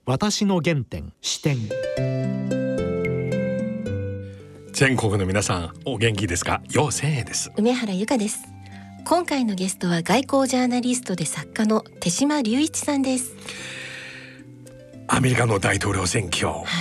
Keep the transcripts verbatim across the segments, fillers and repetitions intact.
私の原点視点。 全国の皆さんお元気ですか？陽性です。 梅原由香です。今回のゲストは外交ジャーナリストで作家の手島隆一さんです。 アメリカの大統領選挙、 はい、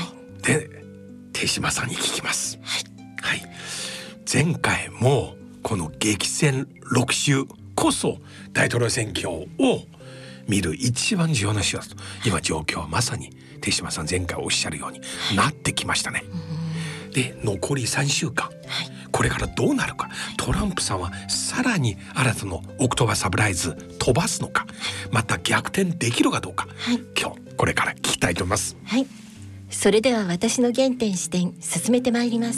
で手島さんに聞きます、 はいはい、前回もこの激戦ろく週こそ大統領選挙を見る一番重要な週だと、今状況はまさに手島さん前回おっしゃるようになってきましたね。で残りさんしゅうかん、はい、これからどうなるか。トランプさんはさらに新たなオクトーバーサプライズ飛ばすのか、また逆転できるかどうか、はい、今日これから聞きたいと思います。 はい、それでは私の原点視点進めてまいります。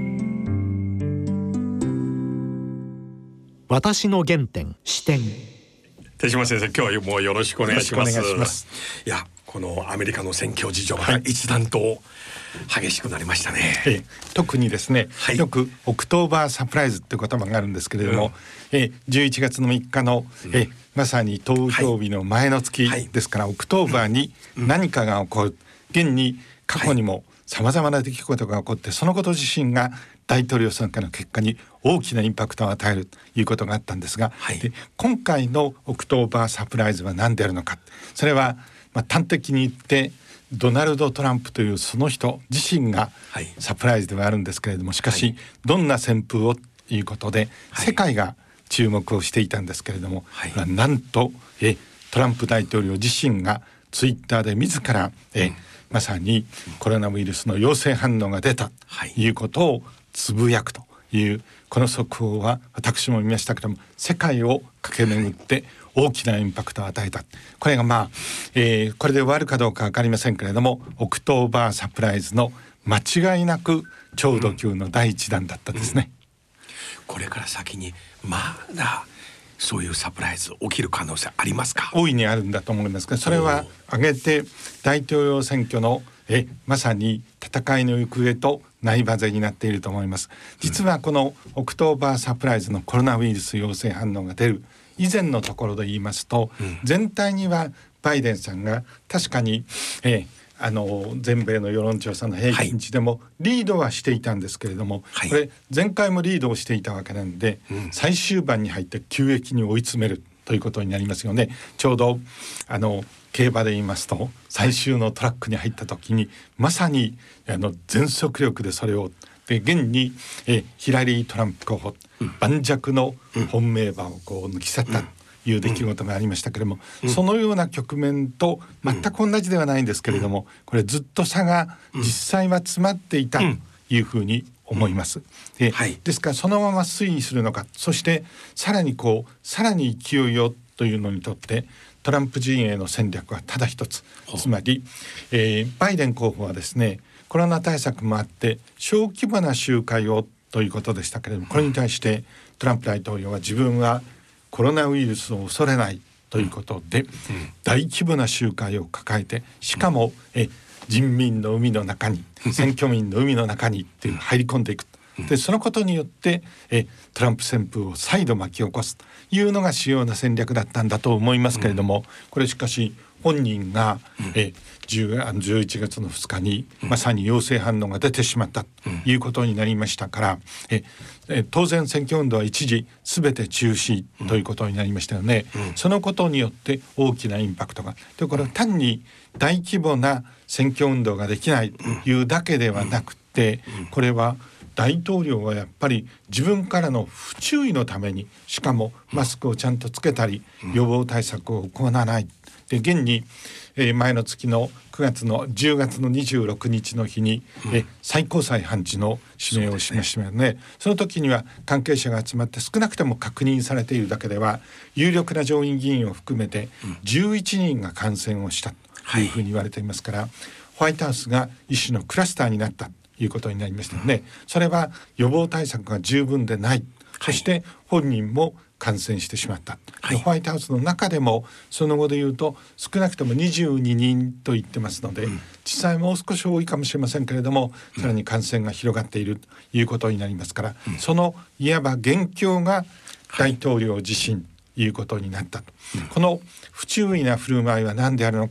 私の原点視点。 手島先生、今日はもうよろしくお願いします。 よろしくお願いします。 いや、このアメリカの選挙事情が一段と激しくなりましたね、 はい、特にですね、はい、よくオクトーバーサプライズっていう言葉があるんですけれども、うん、えじゅういちがつのみっかの、うん、えまさに投票日の前の月ですから、はい、オクトーバーに何かが起こる、現に過去にもさまざまな出来事が起こって、そのこと自身が大統領選挙の結果に大きなインパクトを与えるということがあったんですが、はい、で今回のオクトーバーサプライズは何であるのか。それは、まあ、端的に言ってドナルド・トランプというその人自身がサプライズではあるんですけれども、しかしどんな旋風をということで世界が注目をしていたんですけれども、はい、なんとえトランプ大統領自身がツイッターで自らえ、うん、まさにコロナウイルスの陽性反応が出たということをつぶやくというこの速報は私も見ましたけども、世界を駆け巡って大きなインパクトを与えた。これがまあ、えー、これで終わるかどうか分かりませんけれども、オクトーバーサプライズの間違いなく超度級の第一弾だったですね、 うん、これから先にまだそういうサプライズ起きる可能性ありますか？ 大いにあるんだと思いますが、それは挙げて大統領選挙のえまさに戦いの行方とないばぜになっていると思います。実はこのオクトーバーサプライズのコロナウイルス陽性反応が出る以前のところで言いますと、うん、全体にはバイデンさんが確かに、えー、あの全米の世論調査の平均値でもリードはしていたんですけれども、はい、これ前回もリードをしていたわけなんで、うん、最終盤に入って急激に追い詰めるということになりますよね。ちょうどあの競馬で言いますと最終のトラックに入った時にまさにあの全速力でそれをで現にえヒラリー・トランプ候補、うん、盤石の本命馬をこう抜き去ったという出来事がありましたけれども、うん、そのような局面と全く同じではないんですけれども、これずっと差が実際は詰まっていたというふうに思います、うんではい、ですからそのまま推移するのか、そしてさらにこうさらに勢いをというのにとってトランプ陣営の戦略はただ一つ、つまり、えー、バイデン候補はですね、コロナ対策もあって小規模な集会をということでしたけれども、これに対してトランプ大統領は自分はコロナウイルスを恐れないということで、うん、大規模な集会を抱えて、しかもえ人民の海の中に選挙民の海の中にっていう入り込んでいく。でそのことによってえトランプ旋風を再度巻き起こすというのが主要な戦略だったんだと思いますけれども、うん、これしかし本人が、うん、えじゅういちがつのふつかにまさに陽性反応が出てしまったということになりましたから、うん、ええ当然選挙運動は一時すべて中止ということになりましたよね、うん、そのことによって大きなインパクトが。でこれは単に大規模な選挙運動ができないというだけではなくて、これは大統領はやっぱり自分からの不注意のために、しかもマスクをちゃんとつけたり予防対策を行わないで、現に、えー、前の月のくがつのじゅうがつのにじゅうろくにちの日に、うん、え最高裁判事の指名をしましたよね。その時には関係者が集まって少なくとも確認されているだけでは有力な上院議員を含めてじゅういちにんが感染をしたというふうに言われていますから、はい、ホワイトハウスが一種のクラスターになったということになりましたよね、うん、それは予防対策が十分でない、そして本人も感染してしまった、はい、ホワイトハウスの中でもその後で言うと少なくともにじゅうににんと言ってますので、うん、実際もう少し多いかもしれませんけれども、さらに感染が広がっているということになりますから、うん、そのいわば元凶が大統領自身ということになったと、うん、この不注意な振る舞いは何であるのかと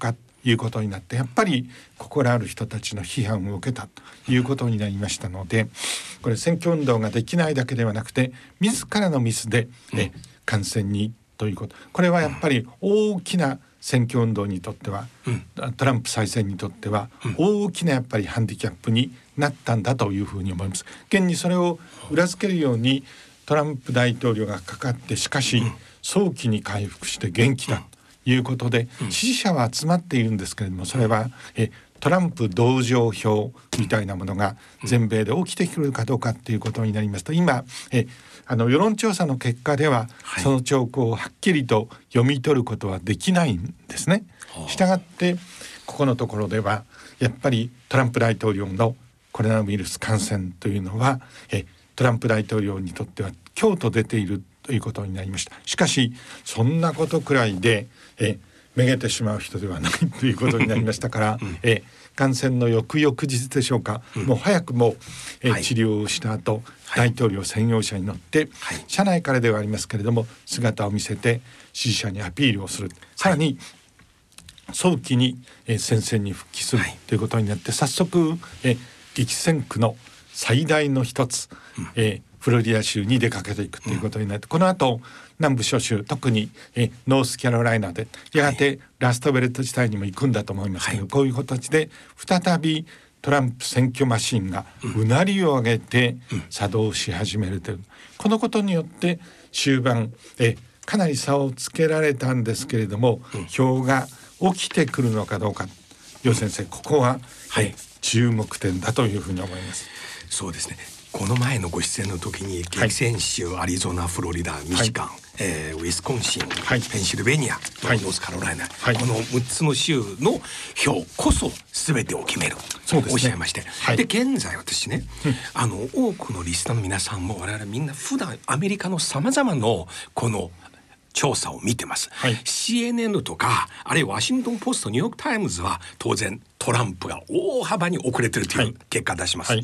いうことになって、やっぱり心ある人たちの批判を受けたということになりましたので、これ選挙運動ができないだけではなくて自らのミスで、え感染にということ、これはやっぱり大きな選挙運動にとっては、うん、トランプ再選にとっては大きなやっぱりハンディキャップになったんだというふうに思います。現にそれを裏付けるようにトランプ大統領がかかって、しかし早期に回復して元気だということで、うん、支持者は集まっているんですけれども、それはえトランプ同情票みたいなものが全米で起きてくるかどうかということになりますと、今えあの世論調査の結果では、はい、その兆候をはっきりと読み取ることはできないんですね。したがってここのところではやっぱりトランプ大統領のコロナウイルス感染というのはえトランプ大統領にとっては今日と出ているということになりました。しかしそんなことくらいでえめげてしまう人ではないということになりましたから、うん、え感染の翌々日でしょうか、うん、もう早くもえ、はい、治療をした後、はい、大統領専用車に乗って、はい、車内からではありますけれども姿を見せて支持者にアピールをする、さらに、はい、早期にえ戦線に復帰する、はい、ということになって、早速え激戦区の最大の一つ、うんえフロリダ州に出かけていくということになって、うん、この後南部諸州、特にえノースキャロライナでやがてラストベルト地帯にも行くんだと思いますけど、はい、こういう形で再びトランプ選挙マシンがうなりを上げて作動し始めるという、うん、このことによって終盤えかなり差をつけられたんですけれども、うん、票が起きてくるのかどうか、楊先生、ここは、はい、注目点だというふうに思います。 そうですね、この前のご出演の時に激戦州、はい、アリゾナ、フロリダ、ミシガン、はいえー、ウィスコンシン、はい、ペンシルベニア、はい、ノースカロライナ、はい、このむっつの州の票こそ全てを決めるとおっしゃいまして、はい、で現在私ね、うん、あの多くのリスナーの皆さんも我々みんな普段アメリカのさまざまなこの調査を見てます、はい、シーエヌエヌ とかあるいはワシントンポスト、ニューヨークタイムズは当然トランプが大幅に遅れてるという結果を出します、はいはい、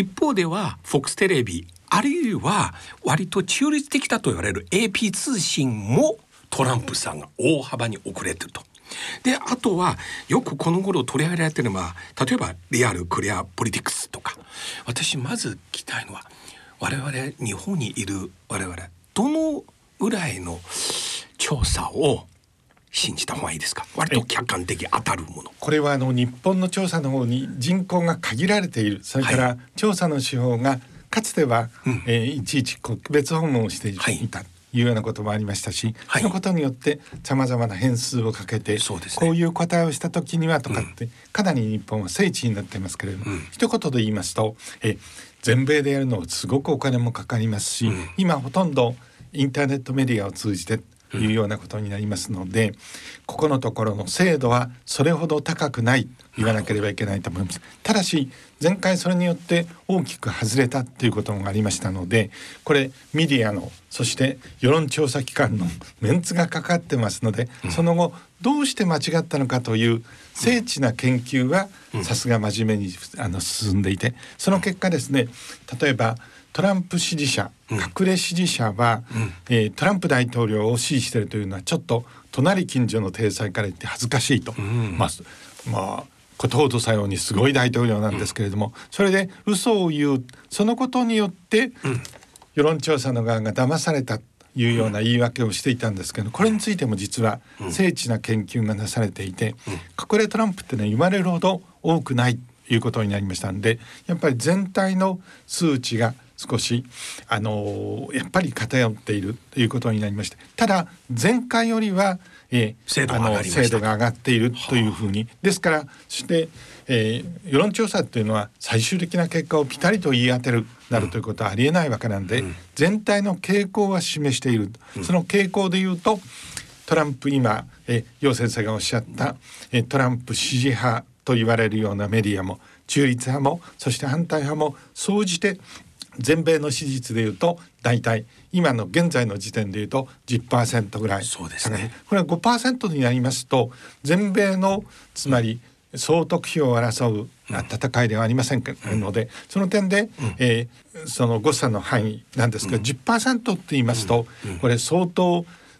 一方では フォックス テレビあるいは割と中立的だと言われる エーピー 通信もトランプさんが大幅に遅れてると。であとはよくこの頃取り上げられているのは例えばリアルクリアポリティクスとか、私まず聞きたいのは我々日本にいる我々どのぐらいの調査を信じた方がいいですか。割と客観的当たるもの。 これはあの日本の調査の方に人口が限られている、それから調査の手法がかつては、うんえー、いちいち個別訪問をしていた、はい、というようなこともありましたし、はい、そのことによってさまざまな変数をかけて、そうですね、こういう答えをした時にはとかって、うん、かなり日本は精緻になっていますけれども、うん、一言で言いますと、えー、全米でやるのはすごくお金もかかりますし、うん、今ほとんどインターネットメディアを通じてというようなことになりますので、うん、ここのところの精度はそれほど高くないと言わなければいけないと思います。ただし前回それによって大きく外れたということもありましたので、これメディアのそして世論調査機関のメンツがかかってますので、うん、その後どうして間違ったのかという精緻な研究はさすが真面目にあの進んでいて、その結果ですね、例えばトランプ支持者、隠れ支持者は、うんえー、トランプ大統領を支持しているというのはちょっと隣近所の体裁から言って恥ずかしいと、うん、まあ、まあことほどさようにすごい大統領なんですけれども、うん、それで嘘を言う、そのことによって、うん、世論調査の側が騙されたというような言い訳をしていたんですけど、これについても実は精緻な研究がなされていて、うん、隠れトランプってね言われるほど多くないということになりましたので、やっぱり全体の数値が少し、あのー、やっぱり偏っているということになりまして、ただ前回よりは、えー、精度が上がりました。精度が上がっているというふうに、ですからそして、えー、世論調査というのは最終的な結果をピタリと言い当てるなるということはありえないわけなんで、うん、全体の傾向は示している、うん、その傾向でいうとトランプ今、えー、楊先生がおっしゃった、えー、トランプ支持派と言われるようなメディアも中立派もそして反対派も総じて全米の支持率でいうとだいたい今の現在の時点でいうと じゅっパーセント ぐらい。 そうですね。 これは ごパーセント になりますと全米のつまり総得票を争う戦いではありませんので、うん、その点で、うんえー、その誤差の範囲なんですが、うん、じゅっパーセント って言いますと、うん、これ相当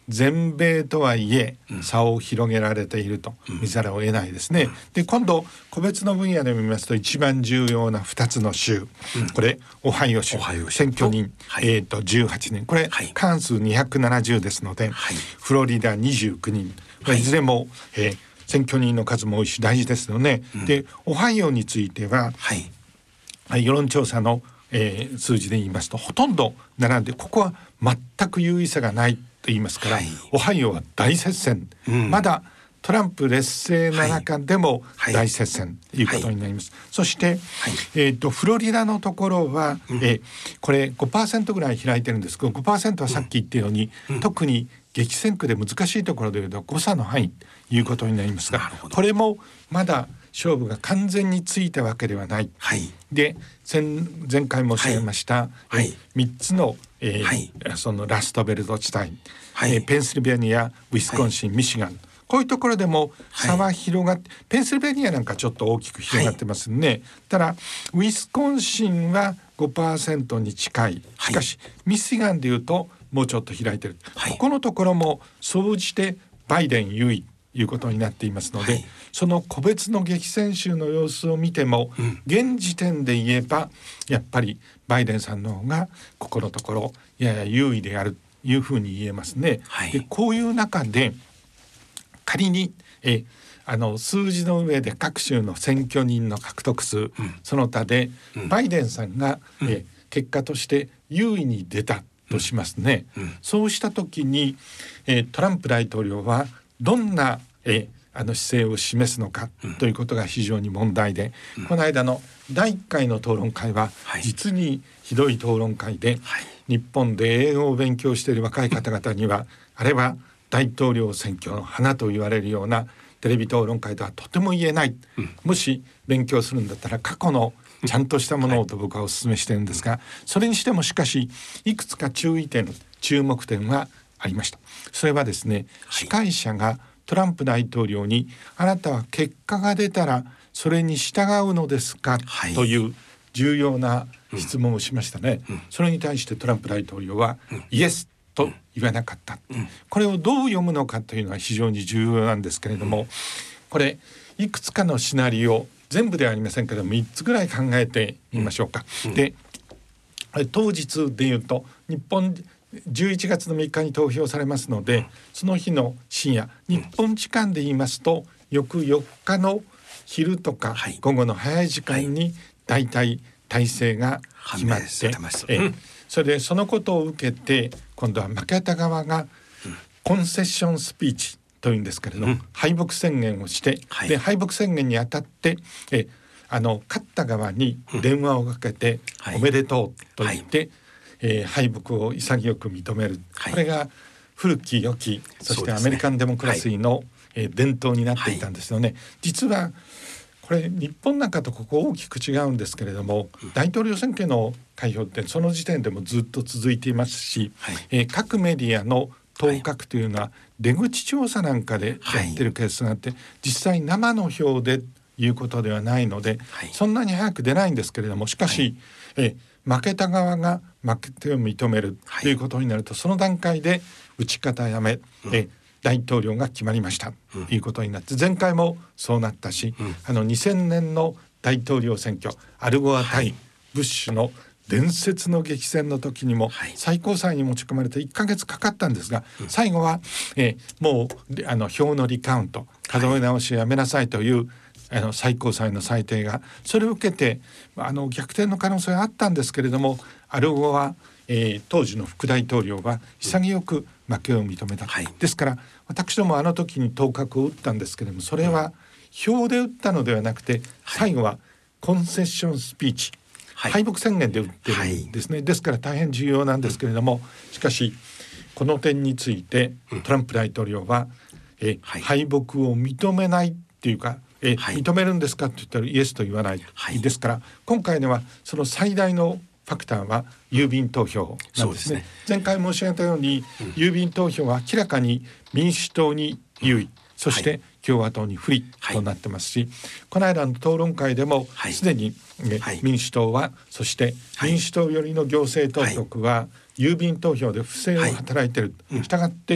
全米とはいえうん差を広げられていると見ざるを得ないですね、うん、で今度個別の分野で見ますと一番重要なふたつの州、うん、これオハイオ州、オハイオ州選挙人、はい、えー、とじゅうはちにん、これ、はい、過半数にひゃくななじゅうですので、はい、フロリダにじゅうきゅうにん、これいずれも、えー、選挙人の数も多いし大事ですよね、うん、でオハイオについては、はい、世論調査の、えー、数字で言いますとほとんど並んで、ここは全く優位差がないと言いますから、はい、オハイオは大接戦、うん、まだトランプ劣勢の中でも大接戦ということになります、はいはい、そして、はい、えー、とフロリダのところは、うん、えー、これ ごパーセント ぐらい開いてるんですけど ごパーセント はさっき言ったように、うん、特に激戦区で難しいところでいうと誤差の範囲ということになりますが、これもまだ勝負が完全についたわけではない、はい、で前回申し上げました、はい、みっつの、えーはい、そのラストベルト地帯、はい、えー、ペンシルベニア、ウィスコンシン、はい、ミシガン、こういうところでも差は広がって、はい、ペンシルベニアなんかちょっと大きく広がってますね、はい、ただウィスコンシンは ごパーセント に近い、しかし、はい、ミシガンでいうともうちょっと開いてる、はい、ここのところも総じてバイデン優位いうことになっていますので、はい、その個別の激戦州の様子を見ても、うん、現時点で言えばやっぱりバイデンさんの方がここのところやや優位であるというふうに言えますね、はい、でこういう中で仮にえあの数字の上で各州の選挙人の獲得数、うん、その他で、うん、バイデンさんが、うん、え結果として優位に出たとしますね、うんうん、そうした時に、えトランプ大統領はどんなえあの姿勢を示すのかということが非常に問題で、うん、この間のだいいっかいの討論会は実にひどい討論会で、はい、日本で英語を勉強している若い方々にはあれは大統領選挙の花と言われるようなテレビ討論会とはとても言えない、うん、もし勉強するんだったら過去のちゃんとしたものをと僕はお勧めしてるんですが、はい、それにしてもしかしいくつか注意点注目点はありました。それはですね、司会者がトランプ大統領にあなたは結果が出たらそれに従うのですか、はい、という重要な質問をしましたね、うん、それに対してトランプ大統領は、うん、イエスと言わなかった、うん、これをどう読むのかというのは非常に重要なんですけれども、うん、これいくつかのシナリオ全部ではありませんけどもみっつぐらい考えてみましょうか、うん、で当日でいうと日本じゅういちがつのみっかに投票されますので、その日の深夜、日本時間で言いますと翌よっかの昼とか午後の早い時間に大体体制が決まって、えそれでそのことを受けて今度は負けた側がコンセッションスピーチというんですけれども、うん、敗北宣言をして、はい、で敗北宣言にあたってえあの勝った側に電話をかけて、うん、おめでとうと言って、はい、えー、敗北を潔く認める、はい、これが古き良きそしてアメリカンデモクラシーの、はい、えー、伝統になっていたんですよね、はい、実はこれ日本なんかとここ大きく違うんですけれども、うん、大統領選挙の開票ってその時点でもずっと続いていますし、はい、えー、各メディアの当確というのは出口調査なんかでやってるケースがあって、はい、実際生の票でいうことではないので、はい、そんなに早く出ないんですけれども、しかし、はい、え負けた側が負けてを認めるということになると、はい、その段階で打ち方やめ、うん、え大統領が決まりましたということになって、前回もそうなったし、うん、あのにせんねんの大統領選挙アルゴア対ブッシュの伝説の激戦の時にも最高裁に持ち込まれていっかげつかかったんですが、最後は、えー、もうあの票のリカウント数え直しをやめなさいというあの最高裁の裁定が、それを受けてあの逆転の可能性はあったんですけれども、アルゴは、えー、当時の副大統領は潔く負けを認めた、はい、ですから私どもあの時に当確を打ったんですけれども、それは票で打ったのではなくて、最後はコンセッションスピーチ、はい、敗北宣言で打ってるんですね、はい、ですから大変重要なんですけれども、しかしこの点についてトランプ大統領は、えはい、敗北を認めないっていうか、え、はい、認めるんですかって言ったらイエスと言わない、はい、ですから今回ではその最大のファクターは郵便投票なんですね、うん、ですね。前回申し上げたように、うん、郵便投票は明らかに民主党に優位、うん、そして共和党に不利となってますし、はい、この間の討論会でもすでに、はい、民主党はそして民主党寄りの行政当局は郵便投票で不正を働いている、はい、したがって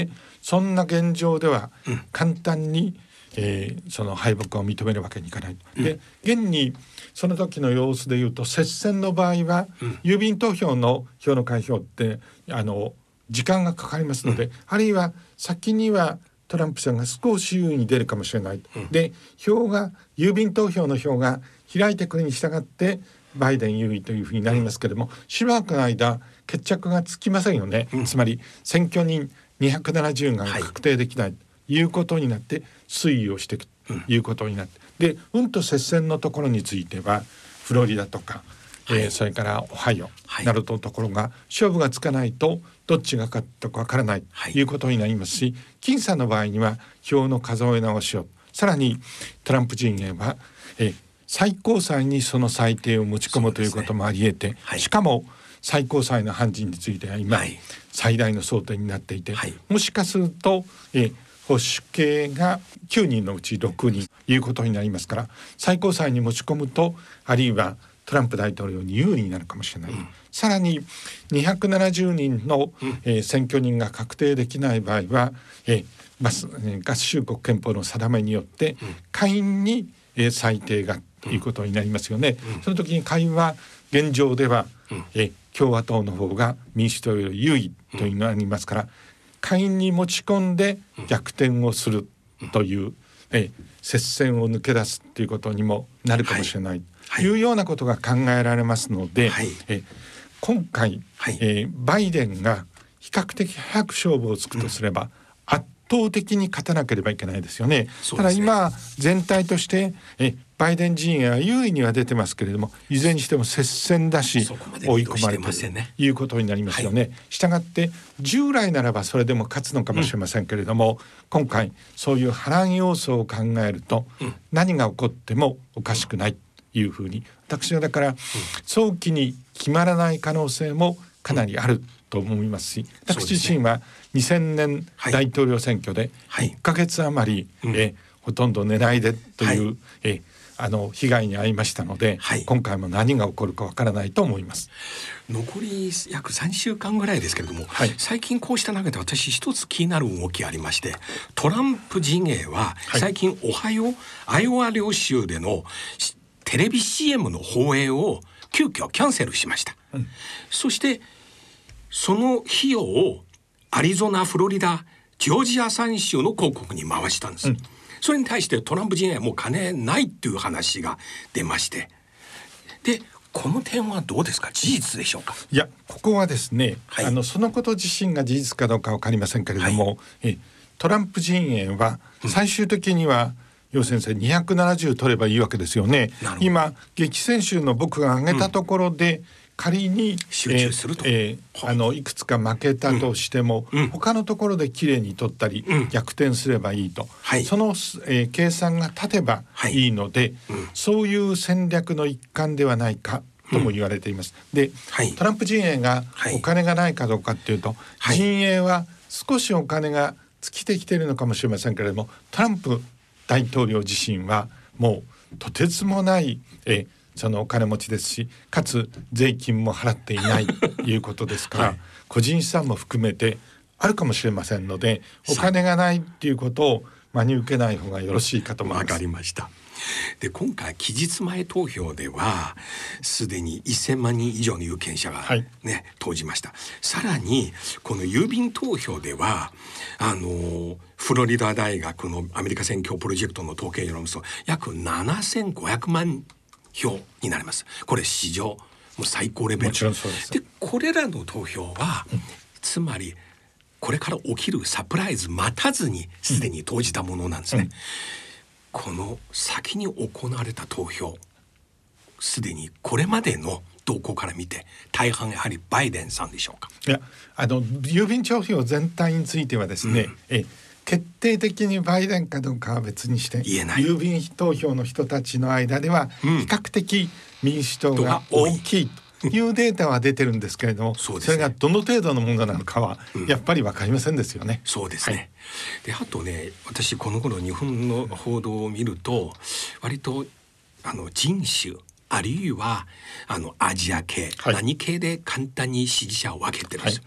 そんな現状では簡単に、えー、その敗北を認めるわけにいかない、うん、で現にその時の様子でいうと接戦の場合は、うん、郵便投票の票の開票ってあの時間がかかりますので、うん、あるいは先にはトランプさんが少し優位に出るかもしれない、うん、で票が郵便投票の票が開いてくるに従ってバイデン優位というふうになりますけれども、うん、しばらくの間決着がつきませんよね、うん、つまり選挙人にひゃくななじゅうが確定できない、はい、ということになって推移をしていくということになって、うん、でうんと接戦のところについてはフロリダとか、はい、えー、それからオハイオなどのところが勝負がつかないとどっちが勝ったかわからないということになりますし、僅差の場合には票の数え直しを、さらにトランプ陣営は、えー、最高裁にその裁定を持ち込むということもあり得て、ね、はい、しかも最高裁の判事については今、はい、最大の争点になっていて、はい、もしかすると、えー、保守系がきゅうにんのうちろくにんということになりますから、最高裁に持ち込むとあるいはトランプ大統領に有利になるかもしれない、うん、さらににひゃくななじゅうにんの、うん、えー、選挙人が確定できない場合は、えー、バス、えー、合衆国憲法の定めによって、うん、下院に、えー、裁定がということになりますよね、うん、その時に下院は現状では、うん、えー、共和党の方が民主党より優位というのがありますから、うん、下院に持ち込んで逆転をするという、うん、えー、接戦を抜け出すということにもなるかもしれない、はい、というようなことが考えられますので、はい、えー、今回、はい、えー、バイデンが比較的早く勝負をつくとすれば、うん、圧倒的に勝たなければいけないですよね。ただ今全体としてえバイデン陣営は優位には出てますけれども、いずれにしても接戦だし追い込まれているということになりますよね。したがって従来ならばそれでも勝つのかもしれませんけれども、うん、今回そういう波乱要素を考えると、うん、何が起こってもおかしくないというふうに、私はだから、うん、早期に決まらない可能性もかなりあると思いますし、私自身はにせんねん大統領選挙でいっかげつ余り、はい、えほとんど寝ないでという、はい、えあの被害に遭いましたので、はい、今回も何が起こるかわからないと思います。 残り約さんしゅうかんぐらいですけれども、はい、最近こうした中で私一つ気になる動きありまして、トランプ陣営は最近オハイオ、アイオワ両州でのテレビ シーエム の放映を急遽キャンセルしました、うん、そしてその費用をアリゾナ、フロリダ、ジョージアさん州の広告に回したんです、うん、それに対してトランプ陣営はもう金ないっていう話が出まして、でこの点はどうですか、事実でしょうか。 いや、ここはですね、はい、あのそのこと自身が事実かどうか分かりませんけれども、はい、えトランプ陣営は最終的には、うん、楊先生にひゃくななじゅう取ればいいわけですよね。今激戦州の僕が挙げたところで、うん、仮に集中すると、 えー、あのいくつか負けたとしても、うん、他のところできれいに取ったり、うん、逆転すればいいと、はい、その、えー、計算が立てばいいので、はい、うん、そういう戦略の一環ではないかとも言われています、うん、で、はい、トランプ陣営がお金がないかどうかっていうと、はい、陣営は少しお金が尽きてきているのかもしれませんけれども、トランプ大統領自身はもうとてつもない、えーそのお金持ちですし、かつ税金も払っていないということですから、はい、個人資産も含めてあるかもしれませんので、お金がないっていうことを真に受けない方がよろしいかと思います。 わかりました。で今回期日前投票ではすでにせんまんにん以上の有権者が、ね、はい、投じました。さらにこの郵便投票ではあのフロリダ大学のアメリカ選挙プロジェクトの統計によりますと約ななせんごひゃくまん票になります。これ史上もう最高レベル。 もちろんそうです。 でこれらの投票は、うん、つまりこれから起きるサプライズ待たずにすでに投じたものなんですね、うん、この先に行われた投票、すでにこれまでの動向から見て大半やはりバイデンさんでしょうか。 いや、あの郵便投票全体についてはですね、うん、え決定的にバイデンかどうかは別にして、 言えない郵便投票の人たちの間では比較的民主党が大きいというデータは出てるんですけれども、それがどの程度のものなのかはやっぱり分かりませんですよね、 うん、そうですね、はい、であとね、私この頃日本の報道を見ると割とあの人種あるいはあのアジア系、 はい、 何系で簡単に支持者を分けてるんです、はい、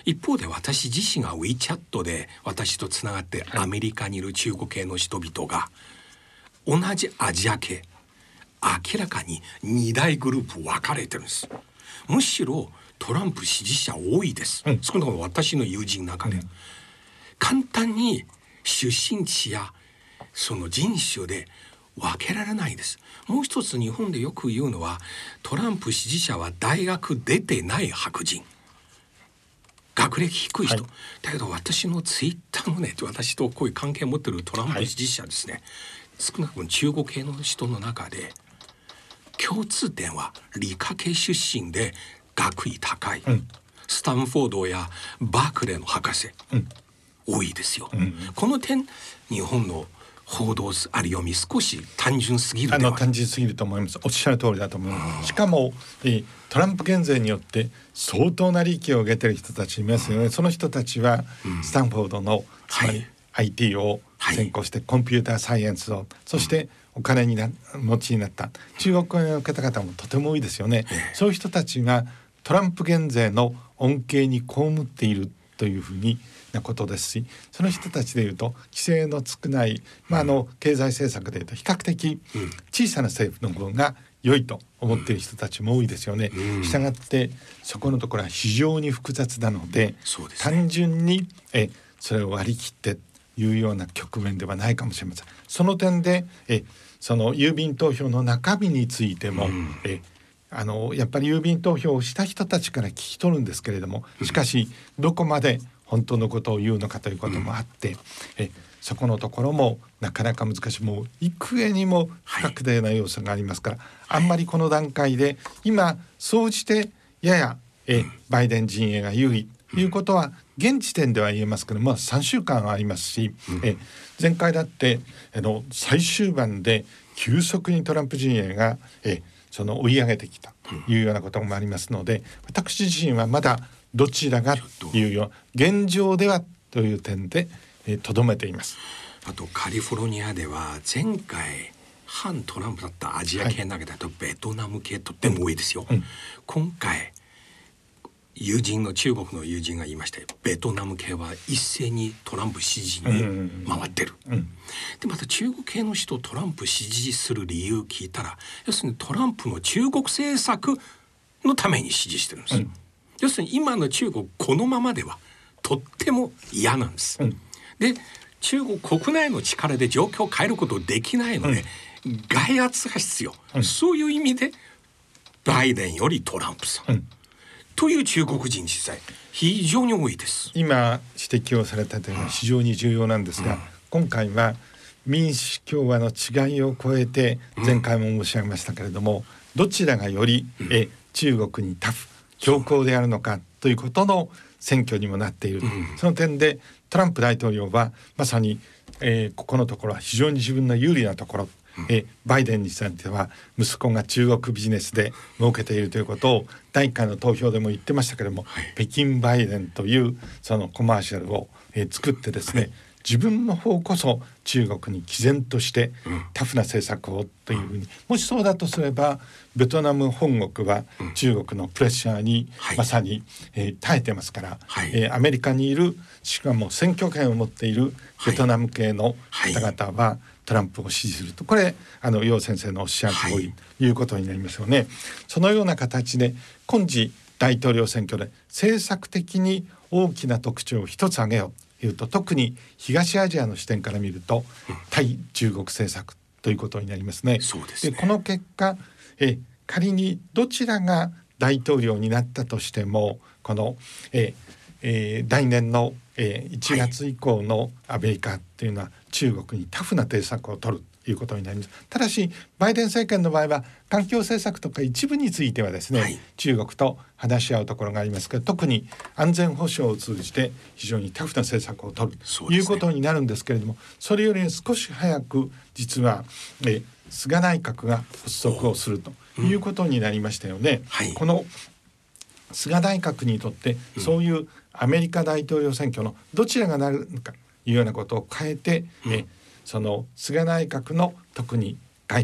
一方で私自身が WeChat で私とつながってアメリカにいる中国系の人々が同じアジア系明らかにに大グループ分かれてるんです。むしろトランプ支持者多いです、うん、少なくとも私の友人の中で、うん、簡単に出身地やその人種で分けられないです。もう一つ日本でよく言うのはトランプ支持者は大学出てない白人学歴低い人、はい、だけど私のツイッターのね私とこういう関係を持っているトランプ支持者ですね、はい、少なくとも中国系の人の中で共通点は理科系出身で学位高い、うん、スタンフォードやバークレーの博士、うん、多いですよ、うん、この点日本の報道ある読み少し単純すぎるではない。 あの単純すぎると思います。おっしゃる通りだと思います。しかも、えー、トランプ減税によって相当な利益を受けている人たちいますよね、うん、その人たちは、うん、スタンフォードのつまり、はい、アイティー を専攻して、はい、コンピューターサイエンスをそしてお金にな持ちになった中国の方々もとても多いですよね、うん、そういう人たちがトランプ減税の恩恵に被っているというふうになことですし、その人たちでいうと規制の少ない、まあ、あの経済政策でいうと比較的小さな政府の方が良いと思っている人たちも多いですよね、うん、したがってそこのところは非常に複雑なので、そうですね、単純にえそれを割り切っていうような局面ではないかもしれません。その点でえその郵便投票の中身についても、うん、えあのやっぱり郵便投票をした人たちから聞き取るんですけれども、しかしどこまで本当のことを言うのかということもあって、うん、えそこのところもなかなか難しい。もう幾重にも不確定な要素がありますから、はい、あんまりこの段階で今総じてややえバイデン陣営が優位ということは現時点では言えますけど、まあ、さんしゅうかんありますし、うん、え前回だってあの最終盤で急速にトランプ陣営がえその追い上げてきたというようなこともありますので、私自身はまだどちらがというよ現状ではという点でとど、えー、めています。 あとカリフォルニアでは前回反トランプだったアジア系の中だとベトナム系とっても多いですよ、うん、今回友人の中国の友人が言いましたよ。ベトナム系は一斉にトランプ支持に回ってる、うんうんうん、でまた中国系の人トランプ支持する理由聞いたら、要するにトランプの中国政策のために支持してるんです、うん、要するに今の中国このままではとっても嫌なんです、うん、で中国国内の力で状況を変えることできないので、うん、外圧が必要、うん、そういう意味でバイデンよりトランプさん、うんという中国人実際非常に多いです。 今指摘をされた点は非常に重要なんですが、うん、今回は民主共和の違いを超えて前回も申し上げましたけれども、うん、どちらがより、うん、え中国にタフ強硬であるのかということの選挙にもなっている、うん、その点でトランプ大統領はまさに、えー、ここのところは非常に自分の有利なところ、えバイデンについては息子が中国ビジネスで儲けているということをだいいっかいの投票でも言ってましたけれども、はい、北京バイデンというそのコマーシャルを、えー、作ってですね、はい、自分の方こそ中国に毅然としてタフな政策をというふうに、うん、もしそうだとすればベトナム本国は中国のプレッシャーにまさに、えー、耐えてますから、はい、えー、アメリカにいるしかも選挙権を持っているベトナム系の方々は、はいはい、トランプを支持すると、これあの楊先生のおっしゃる通り、はい、ということになりますよね。そのような形で今次大統領選挙で政策的に大きな特徴を一つ挙げようというと、特に東アジアの視点から見ると、うん、対中国政策ということになりますね。 そうですね。 でこの結果え仮にどちらが大統領になったとしても、このええー、来年の、えー、いちがつ以降のアメリカというのは、はい、中国にタフな政策を取るということになります。ただしバイデン政権の場合は環境政策とか一部についてはですね、はい、中国と話し合うところがありますけど、特に安全保障を通じて非常にタフな政策を取るということになるんですけれども、それより少し早く実はえ菅内閣が発足をするということになりましたよね、うんはい、この菅内閣にとってそういうアメリカ大統領選挙のどちらがなるのかいうようなことを変えて、うん、えその菅内閣の特に外交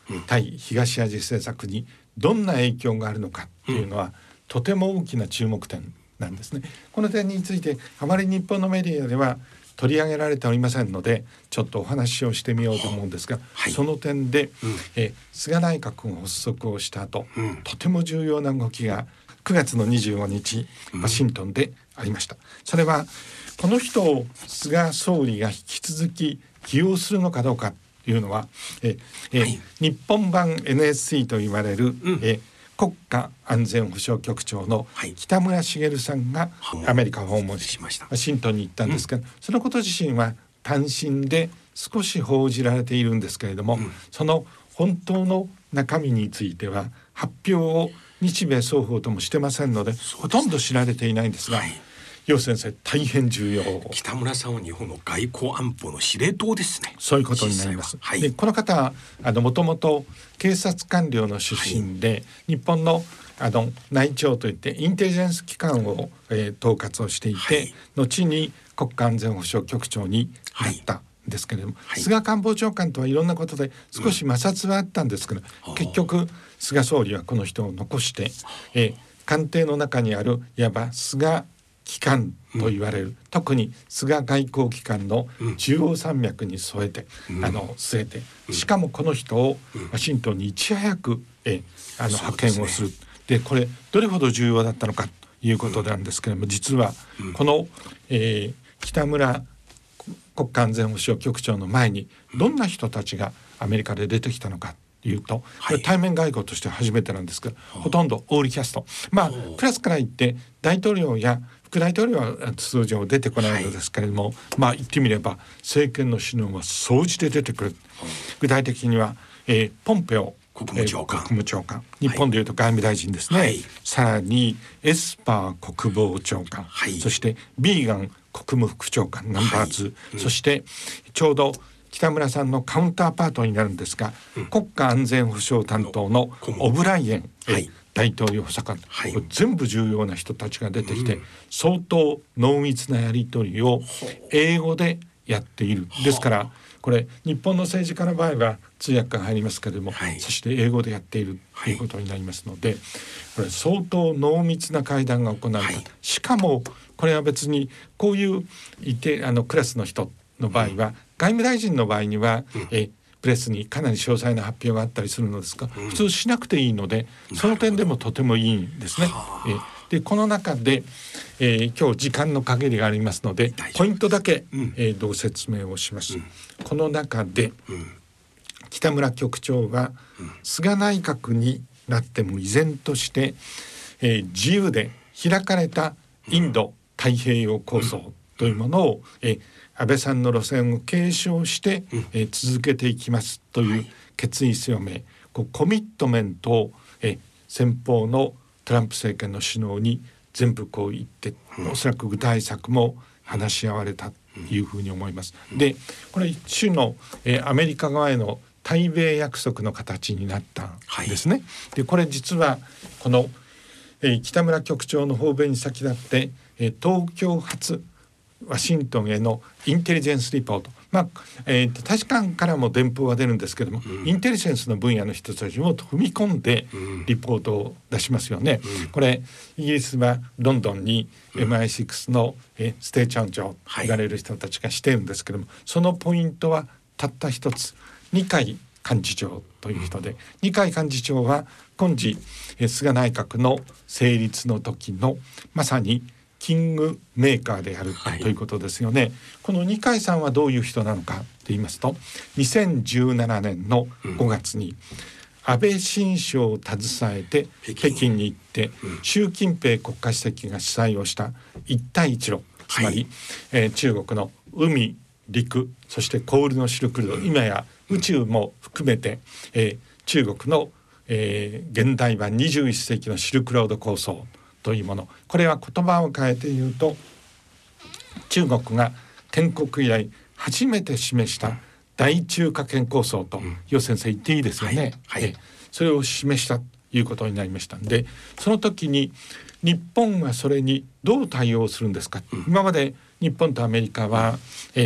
対東アジア政策にどんな影響があるのかというのは、うん、とても大きな注目点なんですね。この点についてあまり日本のメディアでは取り上げられておりませんので、ちょっとお話をしてみようと思うんですが、はい、その点で、うんえ菅内閣が発足をした後、うん、とても重要な動きがくがつのにじゅうごにちワシントンでありました。それはこの人を菅総理が引き続き起用するのかどうかというのは、ええ、はい、日本版 エヌエスシー と言われる、うん、え国家安全保障局長の北村茂さんがアメリカを訪問しました。ワシントンに行ったんですが、うん、そのこと自身は単身で少し報じられているんですけれども、うん、その本当の中身については発表を日米双方ともしてませんので、ほとんど知られていないんですが、はい、楊先生大変重要。 北村さんは日本の外交安保の司令塔ですね。 そういうことになります、はい、でこの方はあのもともと警察官僚の出身で、はい、日本のあの内調といってインテリジェンス機関を、えー、統括をしていて、はい、後に国家安全保障局長になったんですけれども、はい、菅官房長官とはいろんなことで少し摩擦はあったんですけど、うん、結局菅総理はこの人を残して、えー、官邸の中にあるいわば菅機関と言われる、うん、特に菅外交機関の中央山脈に添えて、うん、あの据えて、しかもこの人をワシントンにいち早くえあの派遣をする。でこれどれほど重要だったのかということなんですけれども、実はこの、えー、北村国家安全保障局長の前にどんな人たちがアメリカで出てきたのかというと、これ対面外交として初めてなんですが、はい、ほとんどオールキャスト、まあクラスから言って大統領や副大統領は通常出てこないのですけれども、はい、まあ言ってみれば政権の首脳は総じて出てくる、はい、具体的には、えー、ポンペオ国務長官、 えー、国務長官、日本でいうと外務大臣ですね、はい、さらにエスパー国防長官、はい、そしてビーガン国務副長官ナンバーツー、はいうん、そしてちょうど北村さんのカウンターパートになるんですが、うん、国家安全保障担当のオブライエン、はい、大統領補佐官、はい、全部重要な人たちが出てきて、うん、相当濃密なやり取りを英語でやっている。ですからこれ日本の政治家の場合は通訳が入りますけれども、はい、そして英語でやっているということになりますので、はい、これ相当濃密な会談が行われた、はい、しかもこれは別にこういういてあのクラスの人の場合は、うん、外務大臣の場合には、うん、えプレスにかなり詳細な発表があったりするのですが、うん、普通しなくていいのでその点でもとてもいいんですね。えでこの中で、えー、今日時間の限りがありますのでポイントだけ、うんえー、ご説明をします、うん、この中で、うん、北村局長は、うん、菅内閣になっても依然として、えー、自由で開かれたインド太平洋構想というものを、えー、安倍さんの路線を継承して、うんえー、続けていきますという決意表明、こうコミットメントを、えー、先方のトランプ政権の首脳に全部こう言って、うん、おそらく具体策も話し合われたというふうに思います、うん、でこれ一種の、えー、アメリカ側への対米約束の形になったんですね、はい、でこれ実はこの、えー、北村局長の訪米に先立って、えー、東京発ワシントンへのインテリジェンスリポート、まあえー、大使館からも電報が出るんですけども、うん、インテリジェンスの分野の人たちも踏み込んでリポートを出しますよね、うん、これイギリスはロンドンに エムアイシックス の、えステーチャン長と言われる人たちがしてるんですけども、はい、そのポイントはたった一つ、二階幹事長という人で、うん、二階幹事長は今時菅内閣の成立の時のまさにキングメーカーであるということですよね、はい、この二階さんはどういう人なのかと言いますと、にせんじゅうななねんのごがつに安倍新書を携えて北京に行って、うん、習近平国家主席が主催をした一帯一路、つまり、はいえー、中国の海陸そして小売りのシルクロード、うん、今や宇宙も含めて、えー、中国の、えー、現代版にじゅういっせいきのシルクロード構想というもの、これは言葉を変えて言うと中国が建国以来初めて示した大中華圏構想と、うん、楊先生言っていいですよね、はいはい、えそれを示したということになりましたので、その時に日本はそれにどう対応するんですか、うん、今まで日本とアメリカは、え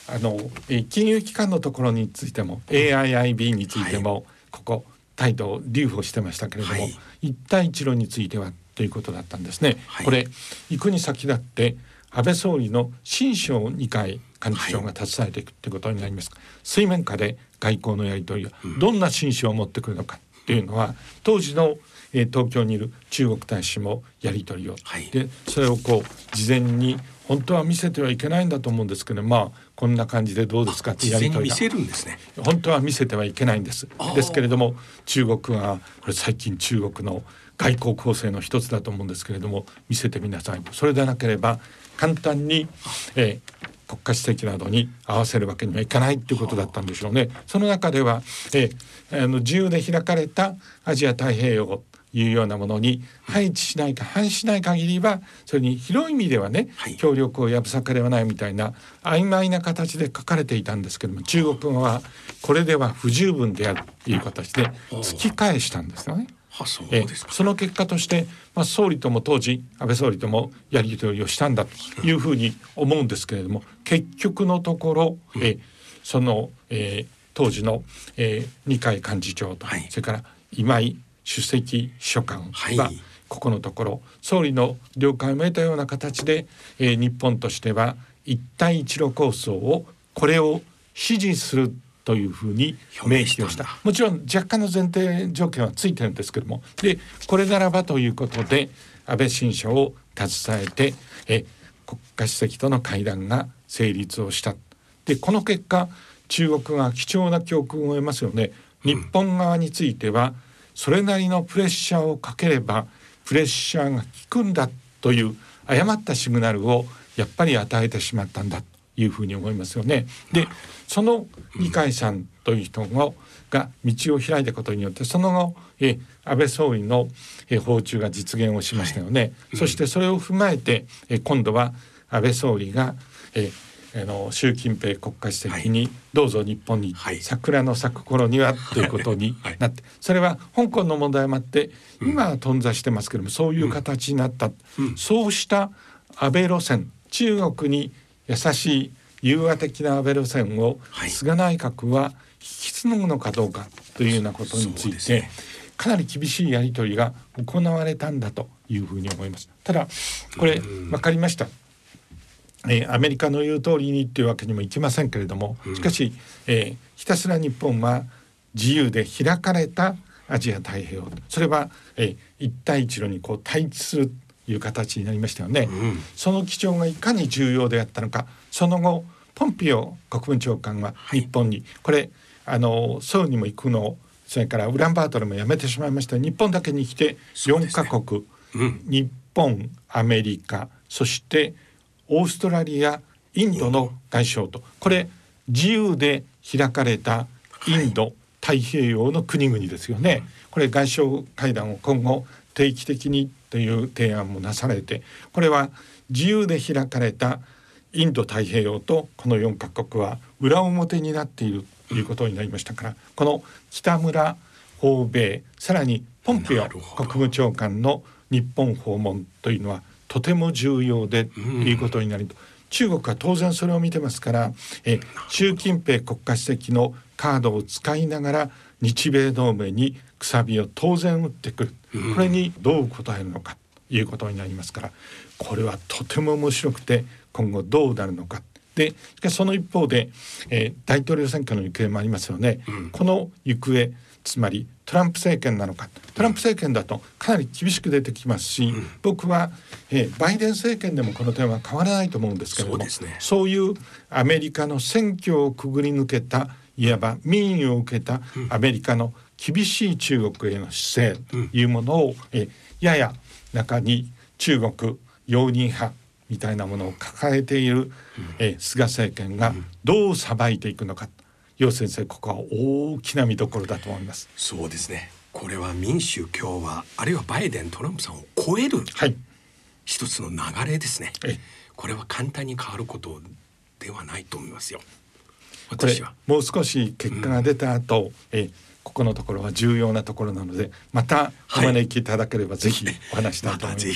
あの、えー、金融機関のところについても エーアイアイビー についても、はい、ここ態度を留保してましたけれども、はい、一帯一路についてはということだったんですね、はい、これ行くに先立って安倍総理の親書をにかい幹事長が携えていくということになります、はい、水面下で外交のやり取りはどんな親書を持ってくるのかというのは、うん、当時の、えー、東京にいる中国大使もやり取りを、はい、でそれをこう事前に本当は見せてはいけないんだと思うんですけど、まあこんな感じでどうですかってやり取りが事前に見せるんですね。 本当は見せてはいけないんです。ですけれども中国はこれ最近中国の外交構成の一つだと思うんですけれども、見せてみなさい。それでなければ簡単に、えー、国家主席などに合わせるわけにはいかないということだったんでしょうね。その中では、えー、あの自由で開かれたアジア太平洋いうようなものに配置しないか反しない限りは、それに広い意味ではね、はい、協力をやぶさかではないみたいな曖昧な形で書かれていたんですけども、中国語はこれでは不十分であるという形で突き返したんですよね。 はそうですか。 えその結果として、まあ、総理とも当時安倍総理ともやり取りをしたんだというふうに思うんですけれども、結局のところ、うん、えその、えー、当時の、えー、二階幹事長と、はい、それから今井主席秘書官はここのところ総理の了解を得たような形で、えー、日本としては一帯一路構想をこれを支持するというふうに明記をした。もちろん若干の前提条件はついてるんですけども、でこれならばということで安倍親書を携えてえ国家主席との会談が成立をした。でこの結果中国が貴重な教訓を得ますよね。日本側についてはそれなりのプレッシャーをかければプレッシャーが効くんだという誤ったシグナルをやっぱり与えてしまったんだというふうに思いますよね。でその二階さんという人が道を開いたことによってその後え安倍総理のえ訪中が実現をしましたよね、はいうん、そしてそれを踏まえてえ今度は安倍総理がえあの習近平国家主席にどうぞ日本に桜の咲く頃にはということになって、それは香港の問題もあって今は頓挫してますけどもそういう形になった、そうした安倍路線、中国に優しい融和的な安倍路線を菅内閣は引き継ぐのかどうかというようなことについてかなり厳しいやり取りが行われたんだというふうに思います。ただこれ分かりました、えー、アメリカの言う通りにっていうわけにもいきませんけれども、しかし、えー、ひたすら日本は自由で開かれたアジア太平洋、それは、えー、一帯一路にこう対峙するという形になりましたよね、うん、その基調がいかに重要であったのか。その後ポンピオ国務長官は日本に、はい、これあのソウルにも行くのをそれからウランバートルもやめてしまいました。日本だけに来てよんカ国、ねうん、日本、アメリカ、そしてオーストラリア、インドの外相と、これ自由で開かれたインド、はい、太平洋の国々ですよね。これ外相会談を今後定期的にという提案もなされて、これは自由で開かれたインド太平洋とこのよんカ国は裏表になっているということになりましたから、この北村訪米、さらにポンペオ国務長官の日本訪問というのはとても重要でということになり、中国は当然それを見てますから、え習近平国家主席のカードを使いながら日米同盟にくさびを当然打ってくる。これにどう答えるのかということになりますから、これはとても面白くて今後どうなるのか。でしかしその一方で、えー、大統領選挙の行方もありますよね、うん、この行方、つまりトランプ政権なのか。トランプ政権だとかなり厳しく出てきますし、うん、僕は、えー、バイデン政権でもこの点は変わらないと思うんですけれども、そうですね、そういうアメリカの選挙をくぐり抜けた、いわば民意を受けたアメリカの厳しい中国への姿勢というものを、うん、えー、やや中に中国容認派みたいなものを抱えている、うん、えー、菅政権がどうさばいていくのか。楊先生、ここは大きな見どころだと思います。 そうですね、これは民主共和あるいはバイデントランプさんを超える、はい、一つの流れですね。これは簡単に変わることではないと思いますよ。私はもう少し結果が出た後、うん、えここのところは重要なところなので、またお招きいただければぜひお話したいと思います。 またぜひ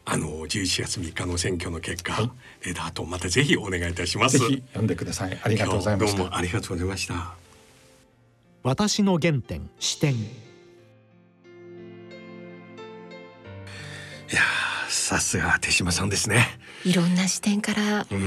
あのじゅういちがつみっかの選挙の結果、 はい、 えー、あとまたぜひお願いいたします。 ぜひ読んでください。ありがとうございました。 どうもありがとうございました。 私の原点視点。 いやー、さすが手島さんですね。 いろんな視点からうん、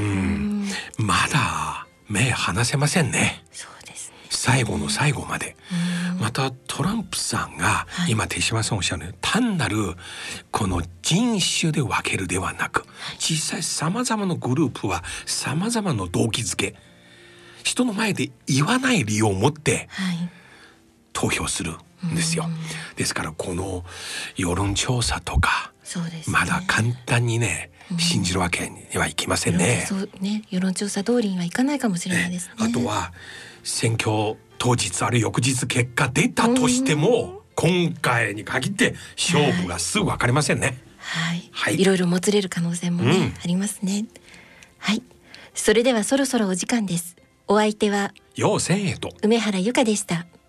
まだ目離せませんね。 そうですね。 最後の最後まで。またトランプさんが、はい、今手島さんおっしゃる単なるこの人種で分けるではなく、はい、実際さまざまなグループはさまざまな動機づけ、人の前で言わない理由を持って、はい、投票するんですよ。ですからこの世論調査とか、そうですね、まだ簡単にね信じるわけにはいきませんね。 そうね、世論調査通りにはいかないかもしれないですね。 あとは選挙当日ある翌日結果出たとしても、今回に限って勝負がすぐ分かりませんね。 はい、はい、いろいろもつれる可能性もね、うん、ありますね。はい、それではそろそろお時間です。お相手は陽千恵と梅原由香でした。